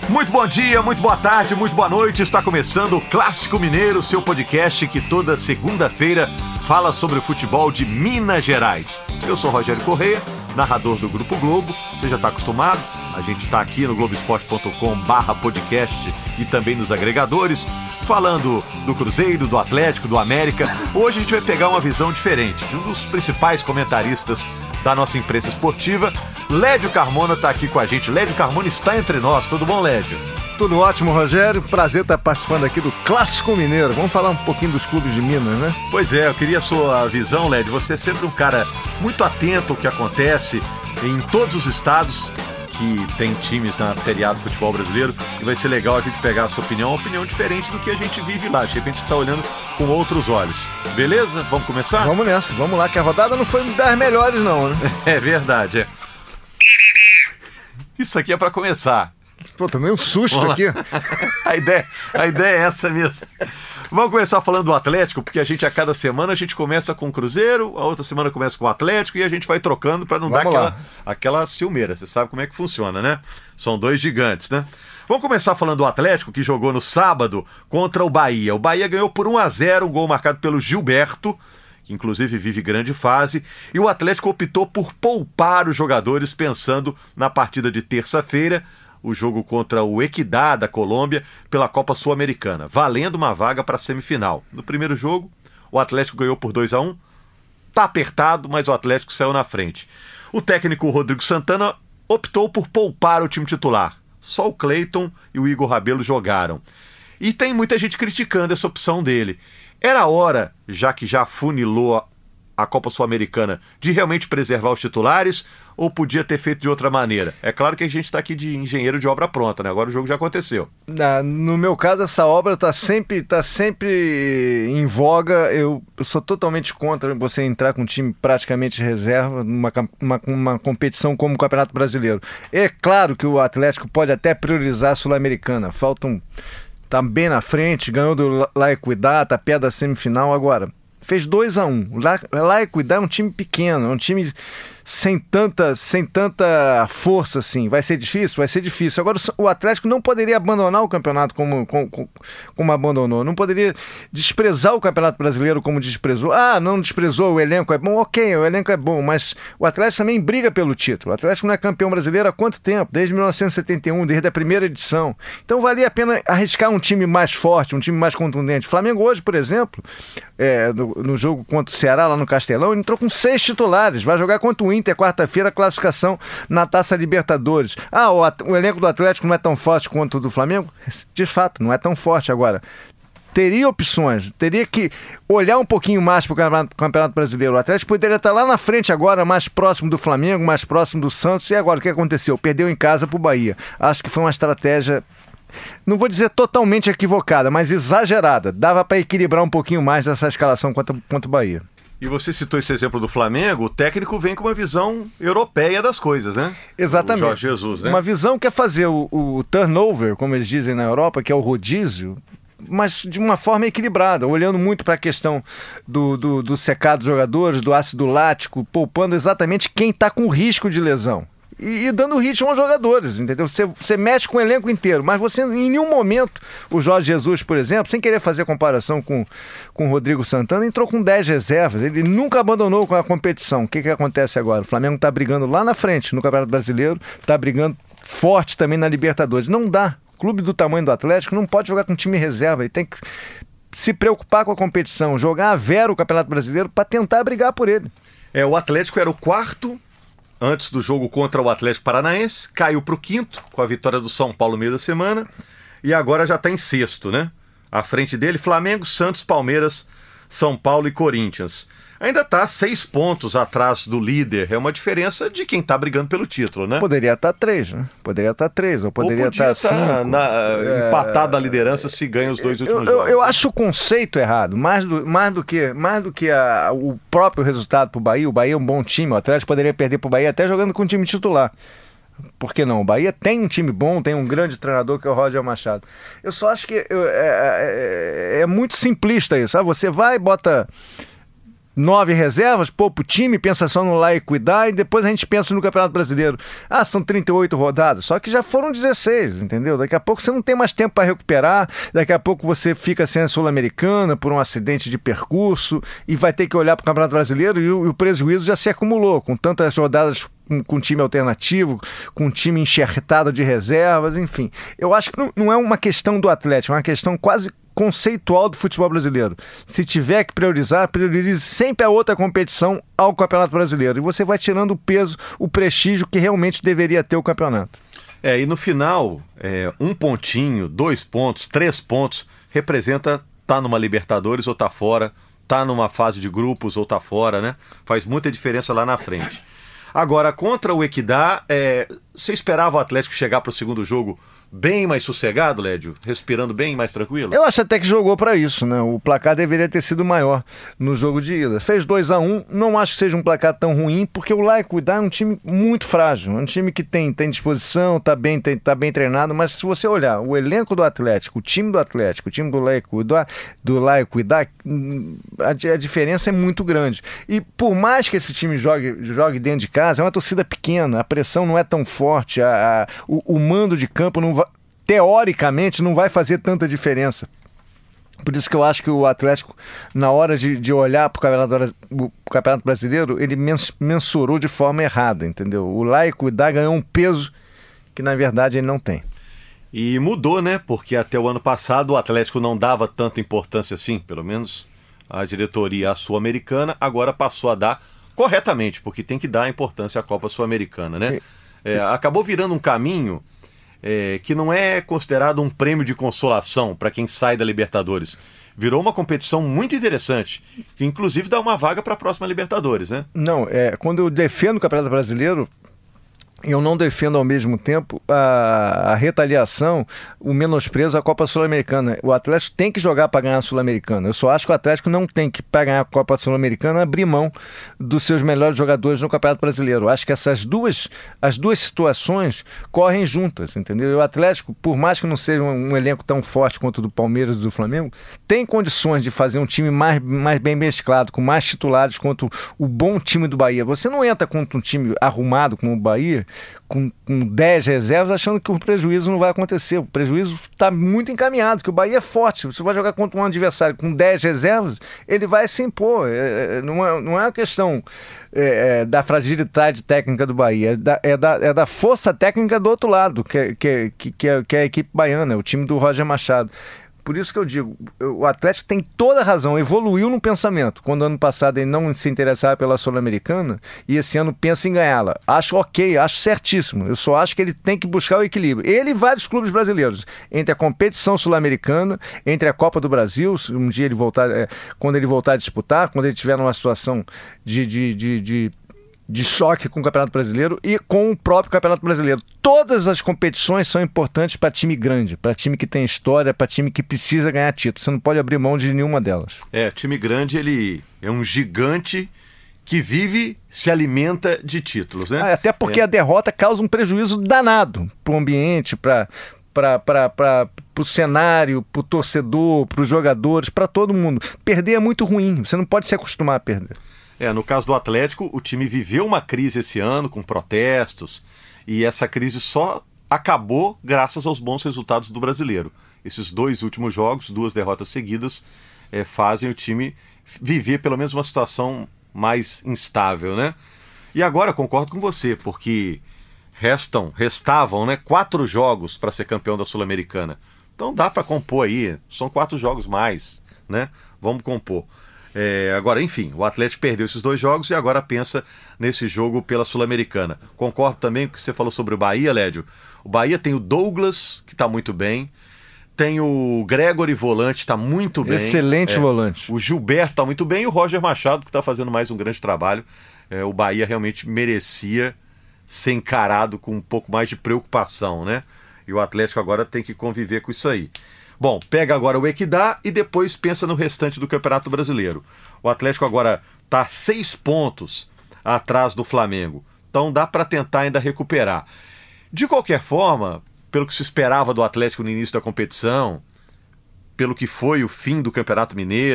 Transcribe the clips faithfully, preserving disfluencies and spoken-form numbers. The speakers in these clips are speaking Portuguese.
Muito bom dia, muito boa tarde, muito boa noite. Está começando o Clássico Mineiro, seu podcast que toda segunda-feira fala sobre o futebol de Minas Gerais. Eu sou Rogério Correia, narrador do Grupo Globo. Você já está acostumado? A gente está aqui no globoesporte ponto com barra podcast e também nos agregadores, falando do Cruzeiro, do Atlético, do América. Hoje a gente vai pegar uma visão diferente de um dos principais comentaristas da nossa imprensa esportiva. Lédio Carmona está aqui com a gente. Lédio Carmona está entre nós. Tudo bom, Lédio? Tudo ótimo, Rogério. Prazer estar participando aqui do Clássico Mineiro. Vamos falar um pouquinho dos clubes de Minas, né? Pois é, eu queria a sua visão, Lédio. Você é sempre um cara muito atento ao que acontece em todos os estados que tem times na Série A do futebol brasileiro, e vai ser legal a gente pegar a sua opinião, uma opinião diferente do que a gente vive lá. De repente você está olhando com outros olhos. Beleza? Vamos começar? Vamos nessa, vamos lá, que a rodada não foi das melhores não, né? É verdade, é. Isso aqui é para começar. Pô, tomei um susto aqui. a, ideia, a ideia é essa mesmo. Vamos começar falando do Atlético, porque a gente a cada semana a gente começa com o Cruzeiro, a outra semana começa com o Atlético e a gente vai trocando para não Vamos dar aquela, aquela ciumeira. Você sabe como é que funciona, né? São dois gigantes, né? Vamos começar falando do Atlético, que jogou no sábado contra o Bahia. O Bahia ganhou por um a zero, um gol marcado pelo Gilberto, que inclusive vive grande fase, e o Atlético optou por poupar os jogadores pensando na partida de terça-feira, o jogo contra o Equidad da Colômbia pela Copa Sul-Americana, valendo uma vaga para a semifinal. No primeiro jogo, o Atlético ganhou por dois a um, tá apertado, mas o Atlético saiu na frente. O técnico Rodrigo Santana optou por poupar o time titular. Só o Cleiton e o Igor Rabelo jogaram. E tem muita gente criticando essa opção dele. Era hora, já que já funilou a Copa Sul-Americana, de realmente preservar os titulares, ou podia ter feito de outra maneira? É claro que a gente está aqui de engenheiro de obra pronta, né? Agora o jogo já aconteceu. Na, no meu caso, essa obra está sempre, tá sempre em voga. Eu, eu sou totalmente contra você entrar com um time praticamente reserva numa uma, uma competição como o Campeonato Brasileiro. É claro que o Atlético pode até priorizar a Sul-Americana. Falta um... Tá bem na frente, ganhou do La Equidad, tá perto da semifinal agora. Fez dois a um. La Equidad é um time pequeno, é um time sem tanta, sem tanta força assim. Vai ser difícil? Vai ser difícil. Agora, o Atlético não poderia abandonar o campeonato como, como, como abandonou. Não poderia desprezar o Campeonato Brasileiro como desprezou. Ah, não desprezou, o elenco é bom. Ok, o elenco é bom, mas o Atlético também briga pelo título. O Atlético não é campeão brasileiro há quanto tempo? Desde mil novecentos e setenta e um, desde a primeira edição. Então valia a pena arriscar um time mais forte, um time mais contundente. O Flamengo hoje, por exemplo, é, no, no jogo contra o Ceará, lá no Castelão, ele entrou com seis titulares. Vai jogar contra o Inter, quarta-feira, classificação na Taça Libertadores. Ah, o, o elenco do Atlético não é tão forte quanto o do Flamengo? De fato, não é tão forte agora. Teria opções, teria que olhar um pouquinho mais para o Campeonato, Campeonato Brasileiro. O Atlético poderia estar lá na frente agora, mais próximo do Flamengo, mais próximo do Santos. E agora, o que aconteceu? Perdeu em casa para o Bahia. Acho que foi uma estratégia, não vou dizer totalmente equivocada, mas exagerada. Dava para equilibrar um pouquinho mais dessa escalação contra, contra o Bahia. E você citou esse exemplo do Flamengo, o técnico vem com uma visão europeia das coisas, né? Exatamente. O Jorge Jesus, né? Uma visão que é fazer o, o turnover, como eles dizem na Europa, que é o rodízio, mas de uma forma equilibrada, olhando muito para a questão do, do, do secado dos jogadores, do ácido lático, poupando exatamente quem está com risco de lesão. E, e dando ritmo aos jogadores, entendeu? Você, você mexe com o elenco inteiro, mas você, em nenhum momento, o Jorge Jesus, por exemplo, sem querer fazer comparação com, com o Rodrigo Santana, entrou com dez reservas, ele nunca abandonou com a competição. O que, que acontece agora? O Flamengo está brigando lá na frente no Campeonato Brasileiro, está brigando forte também na Libertadores. Não dá. Clube do tamanho do Atlético não pode jogar com time reserva, ele tem que se preocupar com a competição, jogar a vera o Campeonato Brasileiro para tentar brigar por ele. É, o Atlético era o quarto antes do jogo contra o Atlético Paranaense, caiu para o quinto com a vitória do São Paulo no meio da semana e agora já está em sexto, né? À frente dele, Flamengo, Santos, Palmeiras, São Paulo e Corinthians. Ainda está seis pontos atrás do líder. É uma diferença de quem está brigando pelo título, né? Poderia estar tá três, né? Poderia estar tá três, ou poderia ou estar tá cinco. Na, é... empatado na liderança se ganha os dois últimos eu, eu, jogos. Eu acho o conceito errado. Mais do, mais do que, mais do que a, o próprio resultado para o Bahia. O Bahia é um bom time. O Atlético poderia perder para o Bahia até jogando com o time titular. Por que não? O Bahia tem um time bom, tem um grande treinador que é o Roger Machado. Eu só acho que é, é, é muito simplista isso. Ah, você vai e bota nove reservas, poupa o time, pensa só no lá e cuidar, e depois a gente pensa no Campeonato Brasileiro. Ah, são trinta e oito rodadas, só que já foram dezesseis, entendeu? Daqui a pouco você não tem mais tempo para recuperar, daqui a pouco você fica sem a Sul-Americana por um acidente de percurso e vai ter que olhar para o Campeonato Brasileiro e o, e o prejuízo já se acumulou, com tantas rodadas com, com time alternativo, com time enxertado de reservas, enfim. Eu acho que não, não é uma questão do Atlético, é uma questão quase conceitual do futebol brasileiro. Se tiver que priorizar, priorize sempre a outra competição ao Campeonato Brasileiro. E você vai tirando o peso, o prestígio que realmente deveria ter o campeonato. É, e no final, é, um pontinho, dois pontos, três pontos, representa tá numa Libertadores ou tá fora, tá numa fase de grupos ou tá fora, né? Faz muita diferença lá na frente. Agora, contra o Equidá, é, você esperava o Atlético chegar para o segundo jogo bem mais sossegado, Lédio? Respirando bem mais tranquilo? Eu acho até que jogou para isso, né? O placar deveria ter sido maior no jogo de ida. Fez dois a um, não acho que seja um placar tão ruim, porque o Lá e Cuidar é um time muito frágil, é um time que tem, tem disposição, tá bem, tem, tá bem treinado, mas se você olhar o elenco do Atlético, o time do Atlético, o time do Lá e Cuidar, do Lá e Cuidar, a, a diferença é muito grande. E por mais que esse time jogue, jogue dentro de casa, é uma torcida pequena, a pressão não é tão forte, a, a, o, o mando de campo não vai, teoricamente não vai fazer tanta diferença. Por isso que eu acho que o Atlético, na hora de, de olhar para o campeonato, campeonato Brasileiro, ele mens, mensurou de forma errada, entendeu? O Lá e Cuidar ganhou um peso que na verdade ele não tem. E mudou, né? Porque até o ano passado o Atlético não dava tanta importância assim, pelo menos a diretoria sul-americana, agora passou a dar corretamente, porque tem que dar importância à Copa Sul-Americana, né? É, acabou virando um caminho É, que não é considerado um prêmio de consolação para quem sai da Libertadores. Virou uma competição muito interessante, que inclusive dá uma vaga para a próxima Libertadores, né? Não, é, quando eu defendo o Campeonato Brasileiro, eu não defendo ao mesmo tempo a, a retaliação, o menosprezo à Copa Sul-Americana. O Atlético tem que jogar para ganhar a Sul-Americana. Eu só acho que o Atlético não tem que, para ganhar a Copa Sul-Americana, abrir mão dos seus melhores jogadores no Campeonato Brasileiro. Eu acho que essas duas, as duas situações correm juntas, entendeu? E o Atlético, por mais que não seja um, um elenco tão forte quanto o do Palmeiras e do Flamengo, tem condições de fazer um time mais, mais bem mesclado, com mais titulares quanto o bom time do Bahia. Você não entra contra um time arrumado como o Bahia, com, com dez reservas, achando que o prejuízo não vai acontecer. O prejuízo está muito encaminhado, que o Bahia é forte. Você vai jogar contra um adversário com dez reservas, ele vai se impor. É, não, é, não é uma questão é, é, da fragilidade técnica do Bahia, é da, é, da, é da força técnica do outro lado, que, que, que, que, é, que é a equipe baiana, o time do Roger Machado. Por isso que eu digo, o Atlético tem toda a razão, evoluiu no pensamento. Quando ano passado ele não se interessava pela Sul-Americana e esse ano pensa em ganhá-la. Acho ok, acho certíssimo. Eu só acho que ele tem que buscar o equilíbrio. Ele e vários clubes brasileiros, entre a competição sul-americana, entre a Copa do Brasil, um dia ele voltar, é, quando ele voltar a disputar, quando ele estiver numa situação de... de, de, de de choque com o Campeonato Brasileiro e com o próprio Campeonato Brasileiro. Todas as competições são importantes para time grande, para time que tem história, para time que precisa ganhar título. Você não pode abrir mão de nenhuma delas. É, time grande, ele é um gigante que vive, se alimenta de títulos, né? Ah, até porque é. a derrota causa um prejuízo danado para o ambiente, para para o cenário, para o torcedor, para os jogadores, para todo mundo. Perder é muito ruim, você não pode se acostumar a perder. É, no caso do Atlético, o time viveu uma crise esse ano, com protestos, e essa crise só acabou graças aos bons resultados do brasileiro. Esses dois últimos jogos, duas derrotas seguidas, é, fazem o time viver pelo menos uma situação mais instável, né? E agora concordo com você, porque restam, restavam, né, quatro jogos para ser campeão da Sul-Americana. Então dá para compor aí, são quatro jogos mais, né? Vamos compor. É, agora, enfim, o Atlético perdeu esses dois jogos e agora pensa nesse jogo pela Sul-Americana. Concordo também com o que você falou sobre o Bahia, Lédio. O Bahia tem o Douglas, que está muito bem. Tem o Gregory volante, está muito bem. Excelente é, volante. O Gilberto está muito bem e o Roger Machado, que está fazendo mais um grande trabalho. É, o Bahia realmente merecia ser encarado com um pouco mais de preocupação, né? E o Atlético agora tem que conviver com isso aí. Bom, pega agora o Equidá e depois pensa no restante do Campeonato Brasileiro. O Atlético agora está a seis pontos atrás do Flamengo. Então dá para tentar ainda recuperar. De qualquer forma, pelo que se esperava do Atlético no início da competição, pelo que foi o fim do Campeonato Mineiro,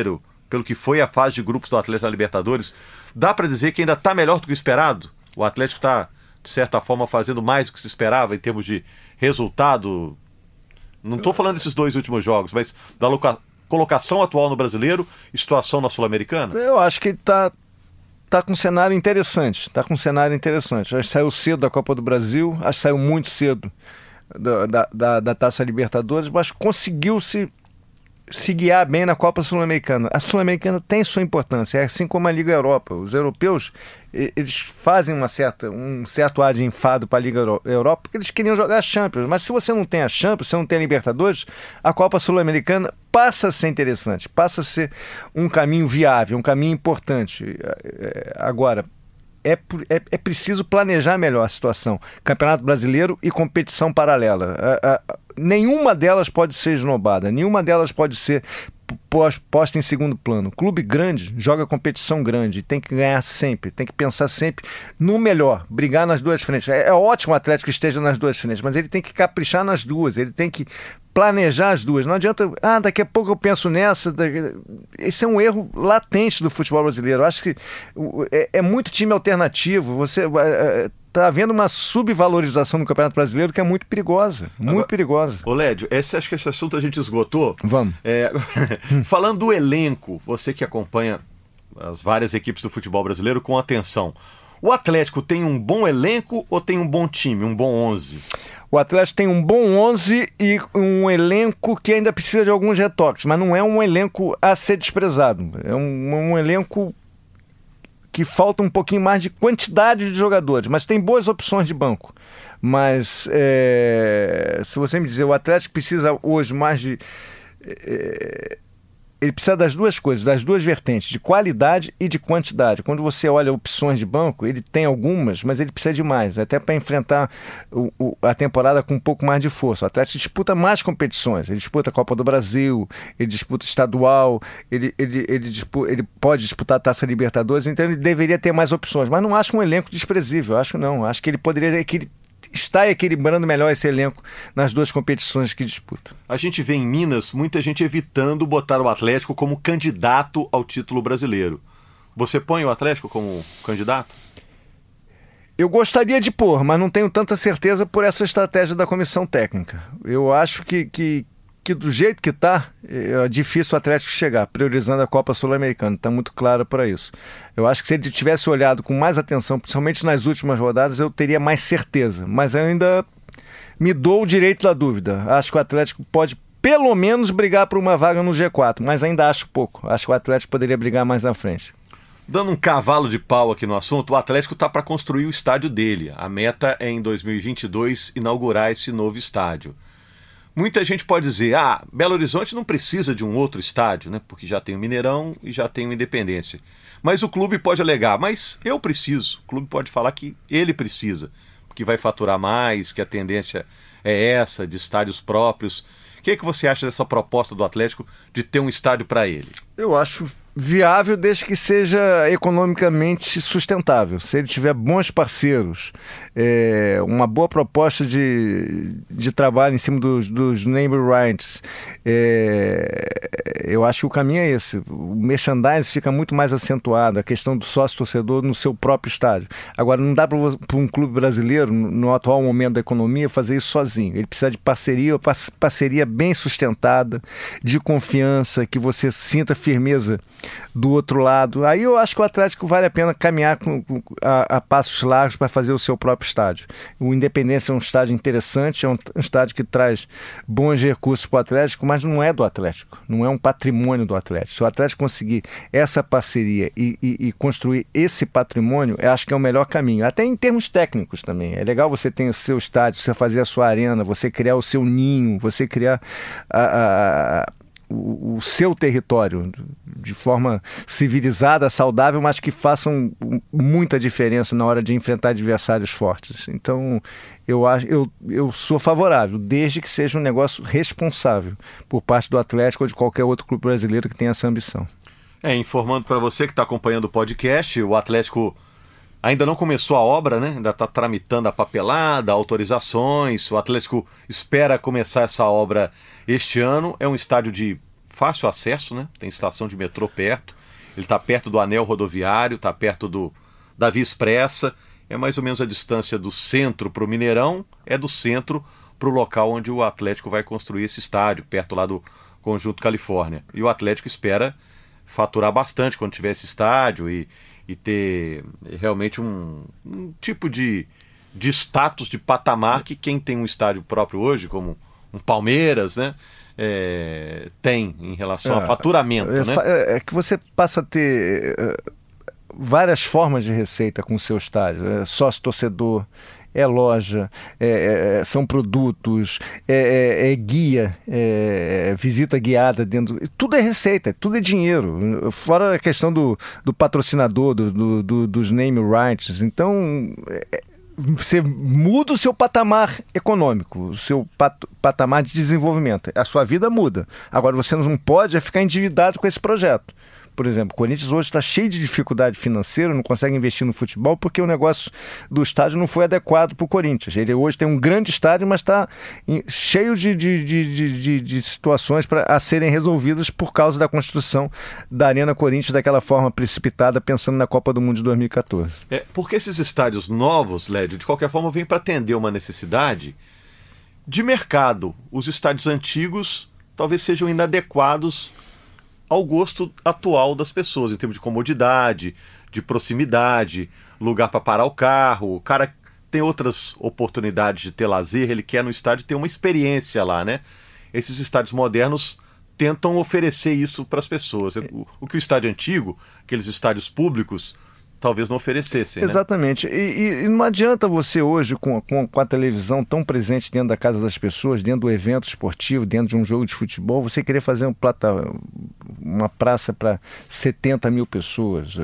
pelo que foi a fase de grupos do Atlético da Libertadores, dá para dizer que ainda está melhor do que o esperado? O Atlético está, de certa forma, fazendo mais do que se esperava em termos de resultado? Não estou falando desses dois últimos jogos, mas da loca... colocação atual no Brasileiro e situação na Sul-Americana? Eu acho que está tá com um cenário interessante. Está com um cenário interessante. Acho que saiu cedo da Copa do Brasil, acho que saiu muito cedo da, da, da, da Taça Libertadores, mas conseguiu se, se guiar bem na Copa Sul-Americana. A Sul-Americana tem sua importância, é assim como a Liga Europa. Os europeus, eles fazem uma certa, um certo ar de enfado para a Liga Europa, porque eles queriam jogar a Champions. Mas se você não tem a Champions, se você não tem a Libertadores, a Copa Sul-Americana passa a ser interessante, passa a ser um caminho viável, um caminho importante. Agora, é, é, é preciso planejar melhor a situação. Campeonato Brasileiro e competição paralela. A, a, nenhuma delas pode ser esnobada, nenhuma delas pode ser posta em segundo plano. Clube grande joga competição grande, tem que ganhar sempre, tem que pensar sempre no melhor, brigar nas duas frentes. É, é ótimo o Atlético esteja nas duas frentes, mas ele tem que caprichar nas duas, ele tem que planejar as duas. Não adianta, ah, daqui a pouco eu penso nessa. Daqui... Esse é um erro latente do futebol brasileiro. Eu acho que é, é muito time alternativo. Você está havendo uma subvalorização no Campeonato Brasileiro que é muito perigosa, muito Agora, perigosa. Ô Lédio, esse, acho que esse assunto a gente esgotou. Vamos. É, falando do elenco, você que acompanha as várias equipes do futebol brasileiro com atenção, o Atlético tem um bom elenco ou tem um bom time, um bom onze? O Atlético tem um bom onze e um elenco que ainda precisa de alguns retoques, mas não é um elenco a ser desprezado. É um, um elenco que falta um pouquinho mais de quantidade de jogadores, mas tem boas opções de banco. Mas é, se você me dizer, o Atlético precisa hoje mais de... É, ele precisa das duas coisas, das duas vertentes, de qualidade e de quantidade. Quando você olha opções de banco, ele tem algumas, mas ele precisa de mais, até para enfrentar o, o, a temporada com um pouco mais de força. O Atlético disputa mais competições, ele disputa a Copa do Brasil, ele disputa estadual, ele, ele, ele, disputa, ele pode disputar a Taça Libertadores, então ele deveria ter mais opções, mas não acho um elenco desprezível, acho não, acho que ele poderia equilibrar, está equilibrando melhor esse elenco nas duas competições que disputa. A gente vê em Minas muita gente evitando botar o Atlético como candidato ao título brasileiro. Você põe o Atlético como candidato? Eu gostaria de pôr, mas não tenho tanta certeza por essa estratégia da comissão técnica. Eu acho que, que, que do jeito que está, é difícil o Atlético chegar, priorizando a Copa Sul-Americana. Está muito claro para isso. Eu acho que se ele tivesse olhado com mais atenção, principalmente nas últimas rodadas, eu teria mais certeza. Mas eu ainda me dou o direito da dúvida. Acho que o Atlético pode, pelo menos, brigar por uma vaga no G quatro, mas ainda acho pouco. Acho que o Atlético poderia brigar mais à frente. Dando um cavalo de pau aqui no assunto, o Atlético está para construir o estádio dele. A meta é, em dois mil e vinte e dois, inaugurar esse novo estádio. Muita gente pode dizer, ah, Belo Horizonte não precisa de um outro estádio, né? Porque já tem o Mineirão e já tem o Independência. Mas o clube pode alegar, mas eu preciso. O clube pode falar que ele precisa, porque vai faturar mais, que a tendência é essa, de estádios próprios. O que é que você acha dessa proposta do Atlético de ter um estádio para ele? Eu acho viável desde que seja economicamente sustentável. Se ele tiver bons parceiros, é, uma boa proposta de, de trabalho em cima dos, dos name rights, é, eu acho que o caminho é esse. O merchandising fica muito mais acentuado, a questão do sócio-torcedor no seu próprio estádio. Agora, não dá para um clube brasileiro, no atual momento da economia, fazer isso sozinho. Ele precisa de parceria, parceria bem sustentada, de confiança, que você sinta firmeza do outro lado. Aí eu acho que o Atlético vale a pena caminhar com, com, a, a passos largos para fazer o seu próprio estádio. O Independência é um estádio interessante, é um, um estádio que traz bons recursos para o Atlético, mas não é do Atlético, não é um patrimônio do Atlético. Se o Atlético conseguir essa parceria e, e, e construir esse patrimônio, eu acho que é o melhor caminho, até em termos técnicos também. É legal você ter o seu estádio, você fazer a sua arena, você criar o seu ninho, você criar a, a o seu território de forma civilizada, saudável, mas que façam muita diferença na hora de enfrentar adversários fortes. Então, eu, eu, eu sou favorável, desde que seja um negócio responsável por parte do Atlético ou de qualquer outro clube brasileiro que tenha essa ambição. É, informando para você que está acompanhando o podcast, o Atlético ainda não começou a obra, né? Ainda está tramitando a papelada, autorizações. O Atlético espera começar essa obra este ano. É um estádio de fácil acesso, né? Tem estação de metrô perto, ele está perto do anel rodoviário, está perto do, da Via Expressa, é mais ou menos a distância do centro para o Mineirão, é do centro para o local onde o Atlético vai construir esse estádio, perto lá do Conjunto Califórnia. E o Atlético espera faturar bastante quando tiver esse estádio e, e ter realmente um, um tipo de, de status, de patamar que quem tem um estádio próprio hoje, como um Palmeiras, né, é, tem em relação é, a faturamento. É, né? é que você passa a ter uh, várias formas de receita com o seu estádio. É sócio-torcedor, é loja, é, é, são produtos, é, é, é guia, é, visita guiada dentro. Tudo é receita, tudo é dinheiro. Fora a questão do, do patrocinador, do, do, do, dos name rights. Então, é, você muda o seu patamar econômico, o seu pat, patamar de desenvolvimento. A sua vida muda. Agora, você não pode ficar endividado com esse projeto. Por exemplo, o Corinthians hoje está cheio de dificuldade financeira, não consegue investir no futebol porque o negócio do estádio não foi adequado para o Corinthians. Ele hoje tem um grande estádio, mas está cheio de, de, de, de, de situações pra, a serem resolvidas por causa da construção da Arena Corinthians daquela forma precipitada, pensando na Copa do Mundo de dois mil e catorze. É, porque esses estádios novos, Lédio, de qualquer forma, vêm para atender uma necessidade de mercado. Os estádios antigos talvez sejam inadequados ao gosto atual das pessoas, em termos de comodidade, de proximidade, lugar para parar o carro. O cara tem outras oportunidades de ter lazer, ele quer no estádio ter uma experiência lá, né? Esses estádios modernos tentam oferecer isso para as pessoas. O, o que o estádio antigo, aqueles estádios públicos, talvez não oferecessem, né? Exatamente. E, e não adianta você hoje, com, com, com a televisão tão presente dentro da casa das pessoas, dentro do evento esportivo, dentro de um jogo de futebol, você querer fazer um plata, uma praça para setenta mil pessoas.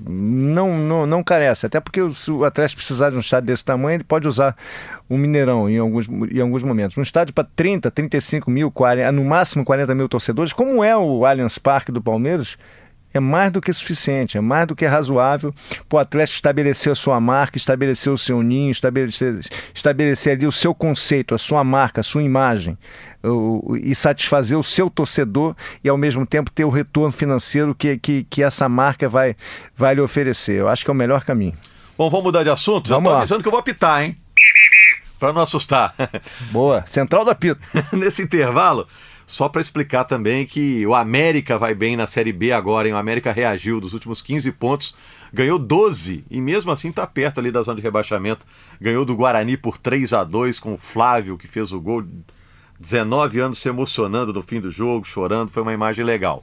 Não, não, não carece. Até porque se o Atlético precisar de um estádio desse tamanho, ele pode usar o Mineirão em alguns, em alguns momentos. Um estádio para trinta, trinta e cinco mil, quarenta, no máximo quarenta mil torcedores, como é o Allianz Parque do Palmeiras, é mais do que suficiente, é mais do que razoável para o Atlético estabelecer a sua marca, estabelecer o seu ninho, estabelecer, estabelecer ali o seu conceito, a sua marca, a sua imagem, o, e satisfazer o seu torcedor e ao mesmo tempo ter o retorno financeiro que, que, que essa marca vai, vai lhe oferecer. Eu acho que é o melhor caminho. Bom, vamos mudar de assunto? Já estou avisando que eu vou apitar, hein? Para não assustar. Boa, central do apito. Nesse intervalo, só para explicar também que o América vai bem na Série B agora, hein? O América reagiu dos últimos quinze pontos, ganhou doze e mesmo assim está perto ali da zona de rebaixamento. Ganhou do Guarani por três a dois com o Flávio, que fez o gol. dezenove anos se emocionando no fim do jogo, chorando, foi uma imagem legal.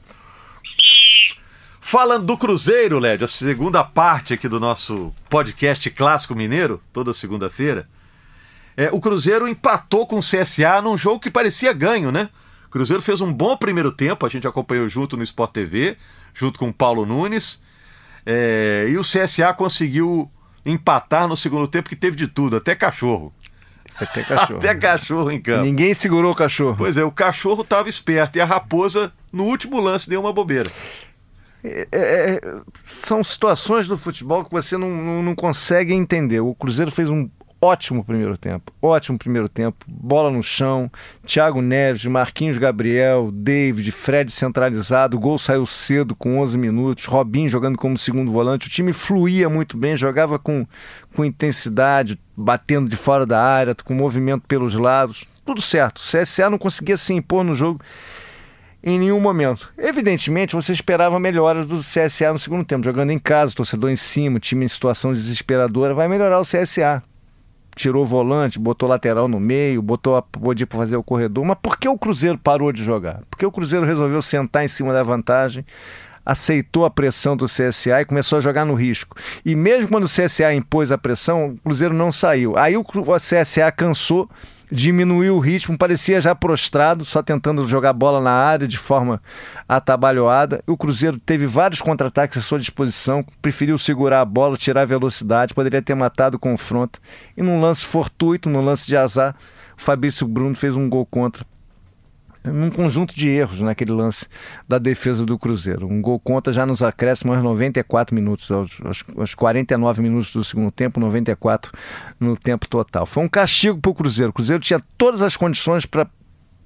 Falando do Cruzeiro, Lédio, a segunda parte aqui do nosso podcast Clássico Mineiro, toda segunda-feira, é, o Cruzeiro empatou com o C S A num jogo que parecia ganho, né? O Cruzeiro fez um bom primeiro tempo, a gente acompanhou junto no Sport T V, junto com o Paulo Nunes, é, e o C S A conseguiu empatar no segundo tempo, que teve de tudo, até cachorro. Até cachorro. Até cachorro em campo. Ninguém segurou o cachorro. Pois é, o cachorro estava esperto e a raposa, no último lance, deu uma bobeira. É, é, são situações do futebol que você não, não, não consegue entender. O Cruzeiro fez um ótimo primeiro tempo, ótimo primeiro tempo, bola no chão, Thiago Neves, Marquinhos Gabriel, David, Fred centralizado, o gol saiu cedo com onze minutos, Robinho jogando como segundo volante, o time fluía muito bem, jogava com, com intensidade, batendo de fora da área, com movimento pelos lados, tudo certo. O C S A não conseguia se impor no jogo em nenhum momento. Evidentemente, você esperava melhoras do C S A no segundo tempo, jogando em casa, torcedor em cima, time em situação desesperadora, vai melhorar o C S A. Tirou o volante, botou lateral no meio, botou a Bodi para fazer o corredor. Mas por que o Cruzeiro parou de jogar? Porque o Cruzeiro resolveu sentar em cima da vantagem, aceitou a pressão do C S A e começou a jogar no risco. E mesmo quando o C S A impôs a pressão, o Cruzeiro não saiu. Aí o C S A cansou, diminuiu o ritmo, parecia já prostrado, só tentando jogar bola na área de forma atabalhoada. O Cruzeiro teve vários contra-ataques à sua disposição, preferiu segurar a bola, tirar a velocidade, poderia ter matado o confronto. E num lance fortuito, num lance de azar, o Fabrício Bruno fez um gol contra, num conjunto de erros naquele lance da defesa do Cruzeiro. Um gol contra já nos acréscimos aos noventa e quatro minutos, aos, aos, aos quarenta e nove minutos do segundo tempo, noventa e quatro no tempo total. Foi um castigo para o Cruzeiro. O Cruzeiro tinha todas as condições para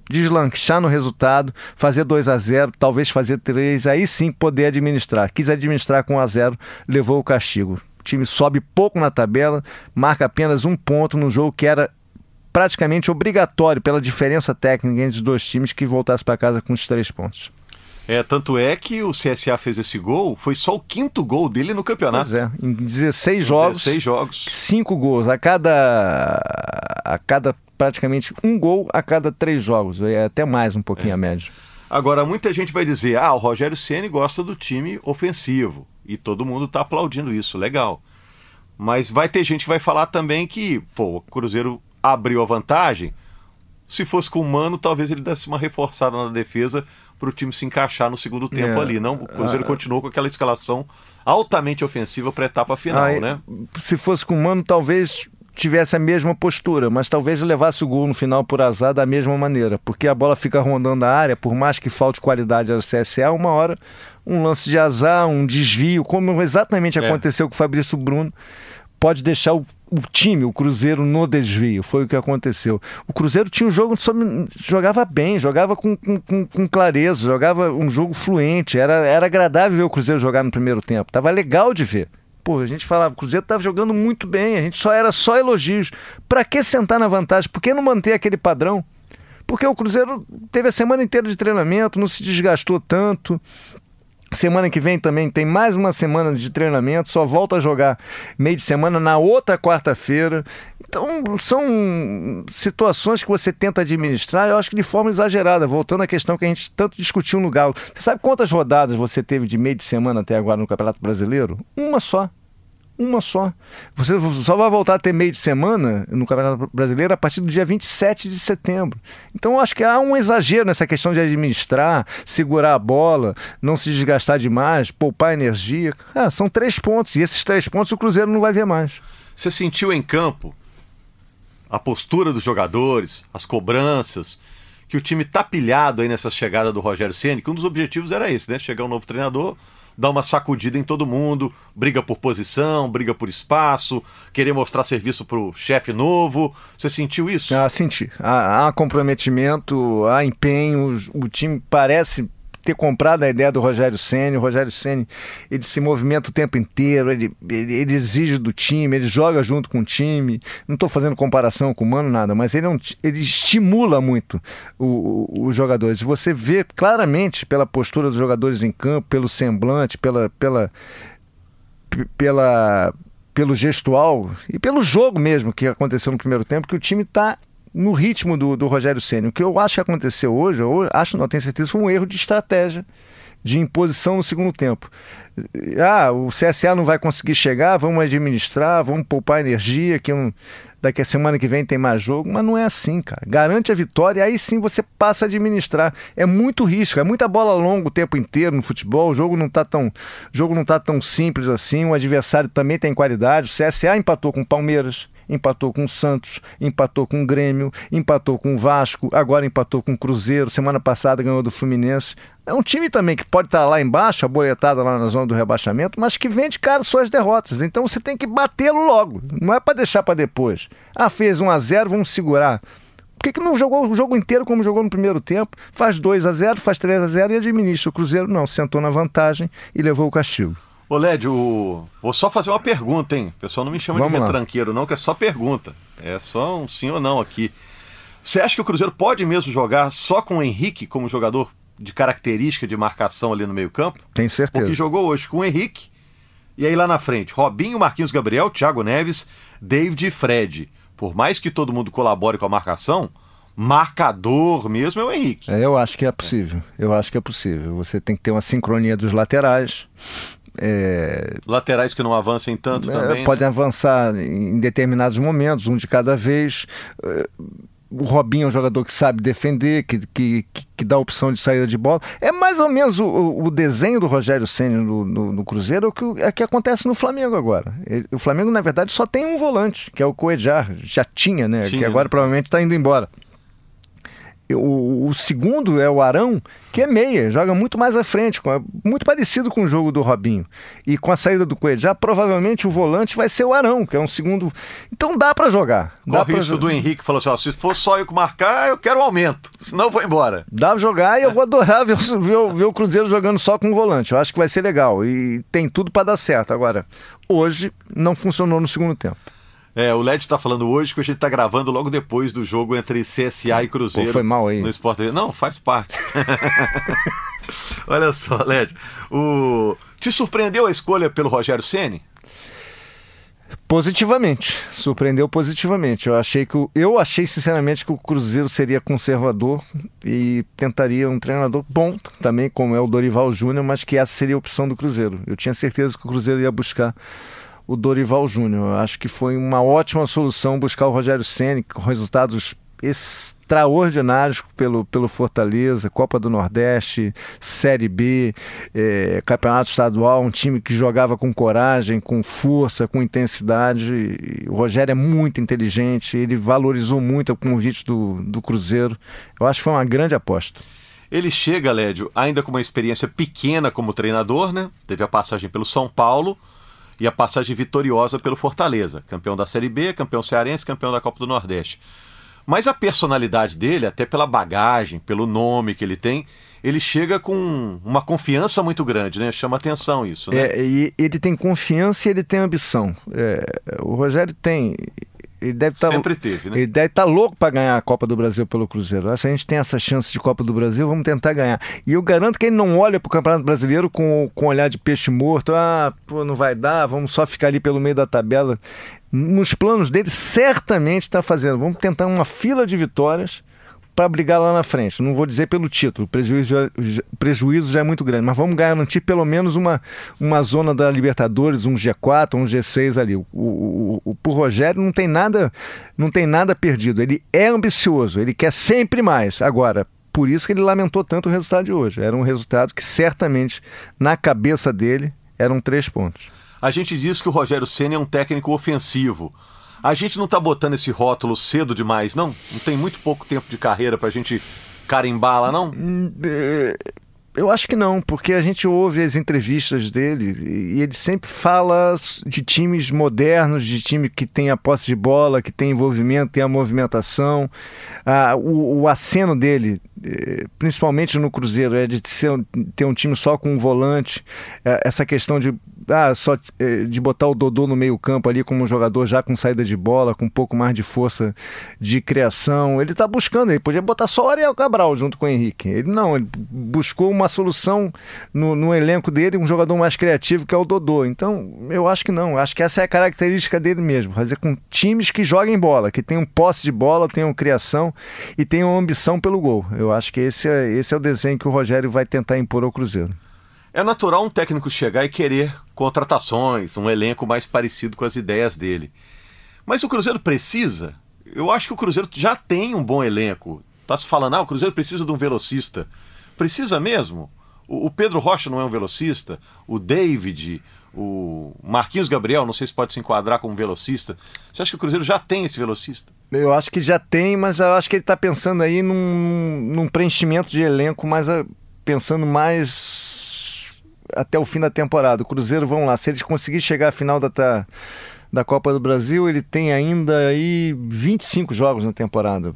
deslanchar no resultado, fazer dois a zero, talvez fazer três, aí sim poder administrar. Quis administrar com um a zero, levou o castigo. O time sobe pouco na tabela, marca apenas um ponto no jogo que era praticamente obrigatório pela diferença técnica entre os dois times que voltasse para casa com os três pontos. É, tanto é que o C S A fez esse gol, foi só o quinto gol dele no campeonato. Pois é, em dezesseis jogos, dezesseis jogos, cinco gols, a cada, a cada praticamente um gol a cada três jogos, é até mais um pouquinho é. a média. Agora, muita gente vai dizer, ah, o Rogério Ceni gosta do time ofensivo, e todo mundo está aplaudindo isso, legal. Mas vai ter gente que vai falar também que, pô, o Cruzeiro abriu a vantagem, se fosse com o Mano, talvez ele desse uma reforçada na defesa para o time se encaixar no segundo tempo é. ali. Não, o Cruzeiro ah, continuou com aquela escalação altamente ofensiva para a etapa final, ah, né? Se fosse com o Mano, talvez tivesse a mesma postura, mas talvez levasse o gol no final por azar da mesma maneira, porque a bola fica rondando a área, por mais que falte qualidade ao C S A, uma hora um lance de azar, um desvio, como exatamente é. aconteceu com o Fabrício Bruno, pode deixar o o time, o Cruzeiro no desvio, foi o que aconteceu. O Cruzeiro tinha um jogo, jogava bem, jogava com, com, com clareza, jogava um jogo fluente, era, era agradável ver o Cruzeiro jogar no primeiro tempo, tava legal de ver. Pô, a gente falava, o Cruzeiro tava jogando muito bem, a gente só era só elogios. Pra que sentar na vantagem? Por que não manter aquele padrão? Porque o Cruzeiro teve a semana inteira de treinamento, não se desgastou tanto. Semana que vem também tem mais uma semana de treinamento, só volta a jogar meio de semana na outra quarta-feira. Então são situações que você tenta administrar, eu acho que de forma exagerada, voltando à questão que a gente tanto discutiu no Galo. Você sabe quantas rodadas você teve de meio de semana até agora no Campeonato Brasileiro? Uma só. Uma só. Você só vai voltar a ter meio de semana no Campeonato Brasileiro a partir do dia vinte e sete de setembro. Então eu acho que há um exagero nessa questão de administrar, segurar a bola, não se desgastar demais, poupar energia. Ah, são três pontos, e esses três pontos o Cruzeiro não vai ver mais. Você sentiu em campo a postura dos jogadores, as cobranças, que o time tá pilhado aí nessa chegada do Rogério Ceni, que um dos objetivos era esse, né? Chegar um novo treinador, dar uma sacudida em todo mundo, briga por posição, briga por espaço, querer mostrar serviço pro chefe novo. Você sentiu isso? Ah, senti. Há, há comprometimento, há empenho, o time parece ter comprado a ideia do Rogério Ceni. O Rogério Ceni, ele se movimenta o tempo inteiro, ele, ele, ele exige do time, ele joga junto com o time. Não estou fazendo comparação com o Mano, nada, mas ele, é um, ele estimula muito o, o, os jogadores. Você vê claramente pela postura dos jogadores em campo, pelo semblante, pela, pela, pela, pelo gestual e pelo jogo mesmo que aconteceu no primeiro tempo, que o time está no ritmo do, do Rogério Ceni. O que eu acho que aconteceu hoje, eu acho, não tenho certeza, foi um erro de estratégia, de imposição no segundo tempo. Ah, o C S A não vai conseguir chegar, vamos administrar, vamos poupar energia, que um, daqui a semana que vem tem mais jogo, mas não é assim, cara. Garante a vitória, aí sim você passa a administrar. É muito risco, é muita bola longa o tempo inteiro no futebol, o jogo não tá tão, o jogo não tá tão simples assim, o adversário também tem qualidade. O C S A empatou com o Palmeiras, empatou com o Santos, empatou com o Grêmio, empatou com o Vasco, agora empatou com o Cruzeiro, semana passada ganhou do Fluminense. É um time também que pode estar lá embaixo, aboletada lá na zona do rebaixamento, mas que vem de cara suas derrotas. Então você tem que batê-lo logo, não é para deixar para depois. Ah, fez um a zero, vamos segurar. Por que, que não jogou o jogo inteiro como jogou no primeiro tempo? Faz dois a zero, faz três a zero e administra. O Cruzeiro não, sentou na vantagem e levou o castigo. Ô Lédio, vou só fazer uma pergunta, hein? O pessoal não me chama Vamos de retranqueiro não, que é só pergunta. É só um sim ou não aqui. Você acha que o Cruzeiro pode mesmo jogar só com o Henrique como jogador de característica de marcação ali no meio campo? Tenho certeza. Porque jogou hoje com o Henrique, e aí lá na frente, Robinho, Marquinhos Gabriel, Thiago Neves, David e Fred. Por mais que todo mundo colabore com a marcação, marcador mesmo é o Henrique. É, eu acho que é possível. Eu acho que é possível. Você tem que ter uma sincronia dos laterais. É... Laterais que não avancem tanto é, também. Podem né? avançar em determinados momentos, um de cada vez. O Robinho é um jogador que sabe defender, que, que, que dá opção de saída de bola. É mais ou menos o, o desenho do Rogério Ceni no, no, no Cruzeiro, é o que, é que acontece no Flamengo agora. Ele, o Flamengo, na verdade, só tem um volante, que é o Cuéllar. Já tinha, né? Tinha. Que agora provavelmente está indo embora. O, o segundo é o Arão, que é meia, joga muito mais à frente, muito parecido com o jogo do Robinho. E com a saída do Cuejá, provavelmente o volante vai ser o Arão, que é um segundo... Então dá para jogar. Dá o risco do Henrique falou assim, ó, se for só eu que marcar, eu quero um aumento, senão eu vou embora. Dá pra jogar e eu vou adorar ver, ver, ver o Cruzeiro jogando só com o volante. Eu acho que vai ser legal e tem tudo para dar certo. Agora, hoje não funcionou no segundo tempo. É, o Led tá falando hoje que a gente tá gravando logo depois do jogo entre C S A e Cruzeiro. Pô, foi mal aí. No Sport T V. Não, faz parte. Olha só, Led. O... Te surpreendeu a escolha pelo Rogério Ceni? Positivamente, surpreendeu positivamente. Eu achei que o, eu achei sinceramente que o Cruzeiro seria conservador e tentaria um treinador bom também, como é o Dorival Júnior, mas que essa seria a opção do Cruzeiro. Eu tinha certeza que o Cruzeiro ia buscar o Dorival Júnior. Eu acho que foi uma ótima solução buscar o Rogério Ceni, com resultados extraordinários pelo, pelo Fortaleza, Copa do Nordeste, Série B, é, Campeonato Estadual, um time que jogava com coragem, com força, com intensidade. E o Rogério é muito inteligente, ele valorizou muito o convite do, do Cruzeiro. Eu acho que foi uma grande aposta. Ele chega, Lédio, ainda com uma experiência pequena como treinador, né? Teve a passagem pelo São Paulo e a passagem vitoriosa pelo Fortaleza, campeão da Série B, campeão cearense, campeão da Copa do Nordeste. Mas a personalidade dele, até pela bagagem, pelo nome que ele tem, ele chega com uma confiança muito grande, né? Chama atenção isso, né? É, e ele tem confiança e ele tem ambição. É, o Rogério tem... Ele deve tá, Sempre teve, né? Ele deve estar tá louco para ganhar a Copa do Brasil pelo Cruzeiro. Se a gente tem essa chance de Copa do Brasil, vamos tentar ganhar. E eu garanto que ele não olha para o Campeonato Brasileiro com, com olhar de peixe morto. Ah, pô, não vai dar, vamos só ficar ali pelo meio da tabela. Nos planos dele, certamente está fazendo. Vamos tentar uma fila de vitórias para brigar lá na frente. Não vou dizer pelo título, o prejuízo já, o prejuízo já é muito grande, mas vamos garantir pelo menos uma, uma zona da Libertadores, um G quatro, um G seis ali. O, o, o, o Rogério não tem nada, não tem nada perdido. Ele é ambicioso, ele quer sempre mais. Agora, por isso que ele lamentou tanto o resultado de hoje. Era um resultado que certamente, na cabeça dele, eram três pontos. A gente diz que o Rogério Ceni é um técnico ofensivo. A gente não está botando esse rótulo cedo demais, não? Não tem muito pouco tempo de carreira para a gente carimbar lá, não? Eu acho que não, porque a gente ouve as entrevistas dele e ele sempre fala de times modernos, de time que tem a posse de bola, que tem envolvimento, tem a movimentação. Ah, o, o aceno dele, principalmente no Cruzeiro, é de ser, ter um time só com um volante. Essa questão de, ah, só, de botar o Dodô no meio campo ali como um jogador já com saída de bola, com um pouco mais de força de criação. Ele está buscando, ele podia botar só o Ariel Cabral junto com o Henrique. Ele não, ele buscou uma solução no, no elenco dele, um jogador mais criativo que é o Dodô. Então, eu acho que não. Acho que essa é a característica dele mesmo. Fazer com times que joguem bola, que tenham posse de bola, tenham criação e tenham ambição pelo gol. Eu acho que esse é, esse é o desenho que o Rogério vai tentar impor ao Cruzeiro. É natural um técnico chegar e querer contratações, um elenco mais parecido com as ideias dele. Mas o Cruzeiro precisa? Eu acho que o Cruzeiro já tem um bom elenco. Está se falando, ah, o Cruzeiro precisa de um velocista. Precisa mesmo? O, o Pedro Rocha não é um velocista? O David, o Marquinhos Gabriel, não sei se pode se enquadrar como velocista. Você acha que o Cruzeiro já tem esse velocista? Eu acho que já tem, mas eu acho que ele está pensando aí num, num preenchimento de elenco, mas pensando mais até o fim da temporada. O Cruzeiro, vamos lá, se eles conseguirem chegar à final da, da Copa do Brasil, ele tem ainda aí vinte e cinco jogos na temporada.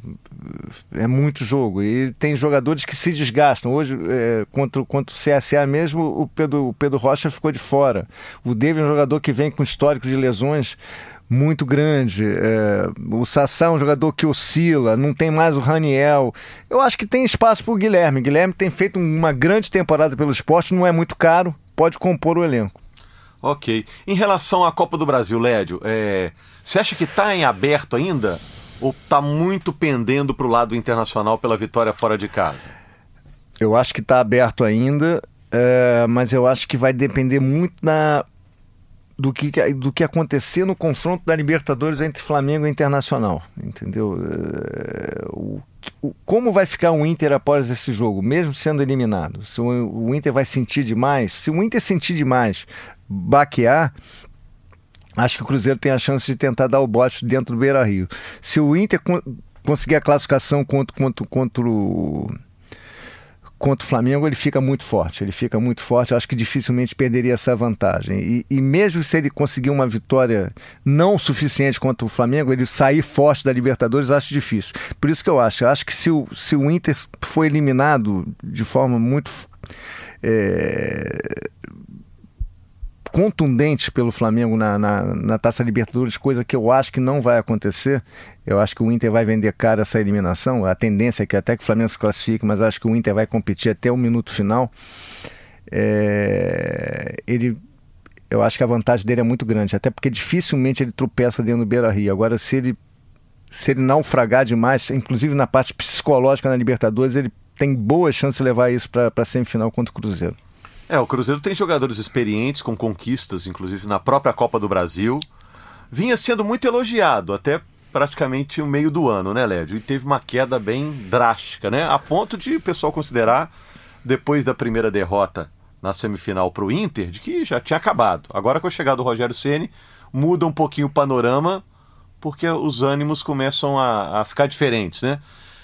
É muito jogo. E ele tem jogadores que se desgastam. Hoje, é, contra, contra o C S A mesmo, o Pedro, o Pedro Rocha ficou de fora. O David é um jogador que vem com histórico de lesões muito grande. É, o Sassá é um jogador que oscila, não tem mais o Raniel. Eu acho que tem espaço para o Guilherme. Guilherme tem feito uma grande temporada pelo esporte, não é muito caro, pode compor o elenco. Ok. Em relação à Copa do Brasil, Lédio, é, você acha que está em aberto ainda? Ou está muito pendendo para o lado internacional pela vitória fora de casa? Eu acho que está aberto ainda, é, mas eu acho que vai depender muito da... Do que, do que acontecer no confronto da Libertadores entre Flamengo e Internacional, entendeu? O, o, como vai ficar o Inter após esse jogo, mesmo sendo eliminado? Se o, o Inter vai sentir demais? Se o Inter sentir demais, baquear, acho que o Cruzeiro tem a chance de tentar dar o bote dentro do Beira-Rio. Se o Inter conseguir a classificação contra, contra, contra o... contra o Flamengo, ele fica muito forte, ele fica muito forte, eu acho que dificilmente perderia essa vantagem, e, e mesmo se ele conseguir uma vitória não suficiente contra o Flamengo, ele sair forte da Libertadores, eu acho difícil, por isso que eu acho, eu acho que se o, se o Inter for eliminado de forma muito é, contundente pelo Flamengo na, na, na Taça Libertadores, coisa que eu acho que não vai acontecer. Eu acho que o Inter vai vender caro essa eliminação. A tendência é que até que o Flamengo se classifique, mas acho que o Inter vai competir até o minuto final. É... Ele... Eu acho que a vantagem dele é muito grande, até porque dificilmente ele tropeça dentro do Beira-Rio. Agora, se ele, se ele naufragar demais, inclusive na parte psicológica na Libertadores, ele tem boa chance de levar isso para a semifinal contra o Cruzeiro. É, o Cruzeiro tem jogadores experientes, com conquistas, inclusive na própria Copa do Brasil. Vinha sendo muito elogiado, até praticamente o meio do ano, né, Lédio? E teve uma queda bem drástica, né? A ponto de o pessoal considerar, depois da primeira derrota na semifinal para o Inter, de que já tinha acabado. Agora, com a chegada do Rogério Ceni, muda um pouquinho o panorama, porque os ânimos começam a, a ficar diferentes, né?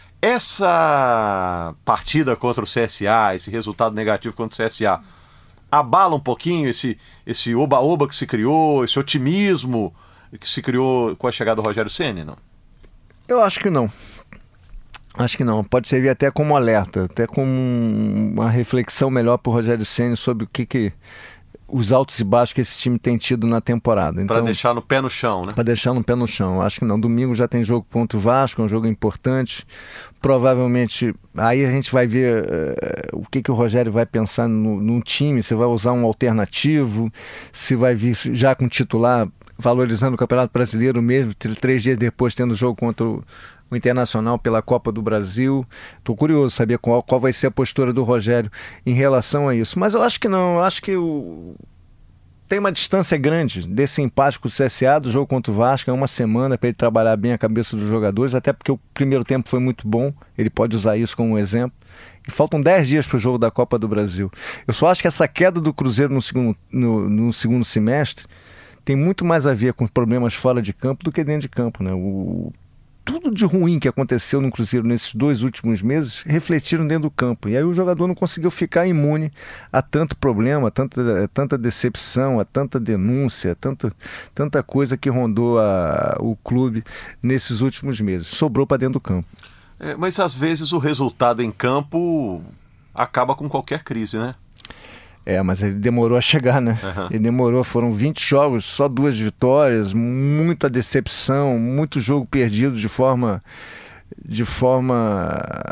Essa partida contra o C S A, esse resultado negativo contra o C S A, abala um pouquinho esse esse oba-oba que se criou, esse otimismo que se criou com a chegada do Rogério Ceni, não? Eu acho que não. Acho que não. Pode servir até como alerta, até como uma reflexão melhor para o Rogério Ceni sobre o que que... os altos e baixos que esse time tem tido na temporada. Então, para deixar no pé no chão, né? Para deixar no pé no chão. Acho que não. Domingo já tem jogo contra o Vasco, é um jogo importante. Provavelmente, aí a gente vai ver uh, o que, que o Rogério vai pensar no, no time, se vai usar um alternativo, se vai vir já com titular, valorizando o Campeonato Brasileiro mesmo, três dias depois tendo jogo contra o o Internacional pela Copa do Brasil. Estou curioso saber qual, qual vai ser a postura do Rogério em relação a isso. Mas eu acho que não, eu acho que o... tem uma distância grande desse empate com o C S A, do jogo contra o Vasco, é uma semana para ele trabalhar bem a cabeça dos jogadores, até porque o primeiro tempo foi muito bom, ele pode usar isso como exemplo. E faltam dez dias para o jogo da Copa do Brasil. Eu só acho que essa queda do Cruzeiro no segundo, no, no segundo semestre tem muito mais a ver com problemas fora de campo do que dentro de campo, né? O Tudo de ruim que aconteceu no Cruzeiro nesses dois últimos meses refletiram dentro do campo. E aí o jogador não conseguiu ficar imune a tanto problema, a tanta, a tanta decepção, a tanta denúncia, a tanta, tanta coisa que rondou a, o clube nesses últimos meses. Sobrou para dentro do campo. É, mas às vezes o resultado em campo acaba com qualquer crise, né? É, mas ele demorou a chegar, né? Uhum. Ele demorou, foram vinte jogos, só duas vitórias, muita decepção, muito jogo perdido de forma, de forma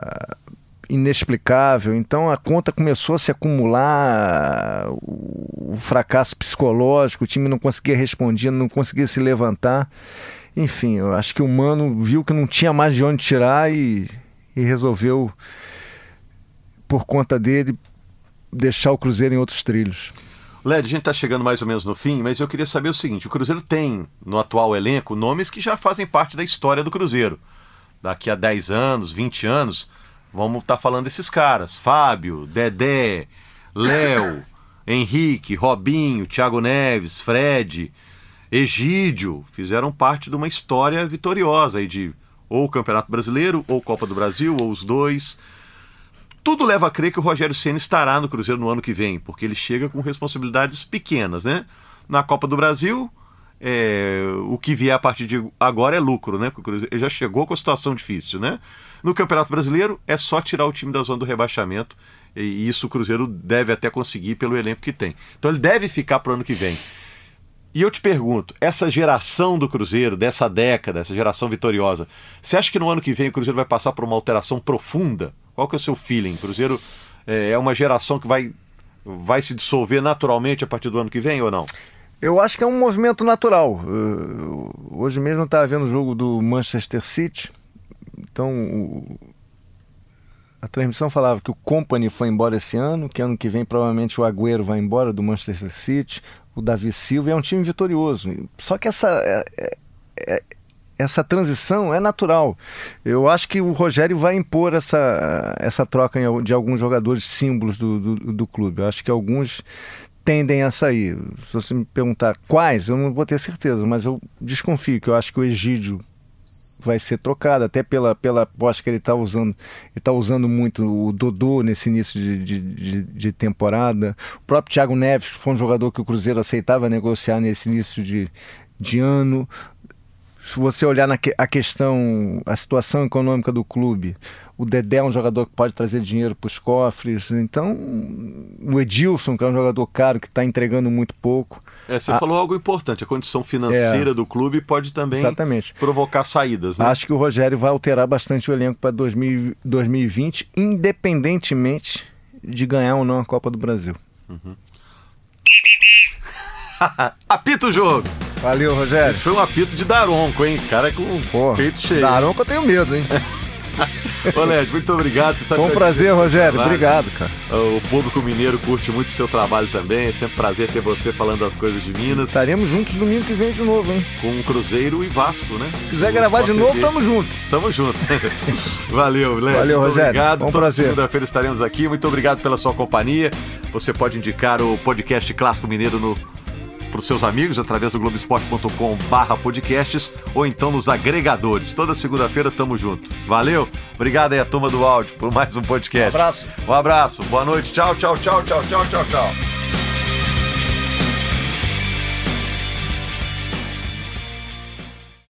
inexplicável. Então a conta começou a se acumular, o fracasso psicológico, o time não conseguia responder, não conseguia se levantar. Enfim, eu acho que o Mano viu que não tinha mais de onde tirar e, e resolveu, por conta dele, deixar o Cruzeiro em outros trilhos. Led, a gente está chegando mais ou menos no fim, mas eu queria saber o seguinte: o Cruzeiro tem no atual elenco nomes que já fazem parte da história do Cruzeiro. Daqui a dez anos, vinte anos, vamos estar tá falando desses caras: Fábio, Dedé, Léo, Henrique, Robinho, Thiago Neves, Fred, Egídio, fizeram parte de uma história vitoriosa aí de ou Campeonato Brasileiro, ou Copa do Brasil, ou os dois. Tudo leva a crer que o Rogério Ceni estará no Cruzeiro no ano que vem, porque ele chega com responsabilidades pequenas, né? Na Copa do Brasil, é, o que vier a partir de agora é lucro, né? Porque o Cruzeiro já chegou com a situação difícil, né? No Campeonato Brasileiro, é só tirar o time da zona do rebaixamento, e isso o Cruzeiro deve até conseguir pelo elenco que tem. Então ele deve ficar para o ano que vem. E eu te pergunto, essa geração do Cruzeiro, dessa década, essa geração vitoriosa, você acha que no ano que vem o Cruzeiro vai passar por uma alteração profunda? Qual que é o seu feeling? O Cruzeiro é uma geração que vai, vai se dissolver naturalmente a partir do ano que vem ou não? Eu acho que é um movimento natural. Uh, hoje mesmo eu estava vendo o jogo do Manchester City, então o, a transmissão falava que o Kompany foi embora esse ano, que ano que vem provavelmente o Agüero vai embora do Manchester City, o Davi Silva, é um time vitorioso. Só que essa... É, é, essa transição é natural. Eu acho que o Rogério vai impor essa, essa troca de alguns jogadores símbolos do, do, do clube. Eu acho que alguns tendem a sair. Se você me perguntar quais, eu não vou ter certeza, mas eu desconfio que eu acho que o Egídio vai ser trocado, até pela, pela aposta que ele está usando. Ele está usando muito o Dodô nesse início de, de, de, de temporada. O próprio Thiago Neves, que foi um jogador que o Cruzeiro aceitava negociar nesse início de, de ano. Se você olhar na que, a questão, a situação econômica do clube, o Dedé é um jogador que pode trazer dinheiro para os cofres. Então, o Edilson, que é um jogador caro, que está entregando muito pouco. É, você a... falou algo importante. A condição financeira é. do clube pode também Exatamente. provocar saídas. Né? Acho que o Rogério vai alterar bastante o elenco para dois mil e vinte, independentemente de ganhar ou não a Copa do Brasil. Uhum. Apita o jogo! Valeu, Rogério. Esse foi um apito de Daronco, hein? Cara com o peito cheio. Daronco eu tenho medo, hein? Ô, Led, muito obrigado. Você tá Foi um prazer, Rogério. Obrigado, cara. O público mineiro curte muito o seu trabalho também. É sempre um prazer ter você falando das coisas de Minas. Estaremos juntos domingo que vem de novo, hein? Com Cruzeiro e Vasco, né? Se quiser gravar de novo, tamo junto. Tamo junto. Valeu, Led. Valeu, muito Rogério. Obrigado. Um prazer. Segunda-feira estaremos aqui. Muito obrigado pela sua companhia. Você pode indicar o podcast Clássico Mineiro no para os seus amigos através do globoesporte ponto com barra podcasts ou então nos agregadores. Toda segunda-feira tamo junto. Valeu? Obrigado aí a turma do áudio por mais um podcast. Um abraço. Um abraço. Boa noite. Tchau, tchau, tchau, tchau, tchau, tchau, tchau.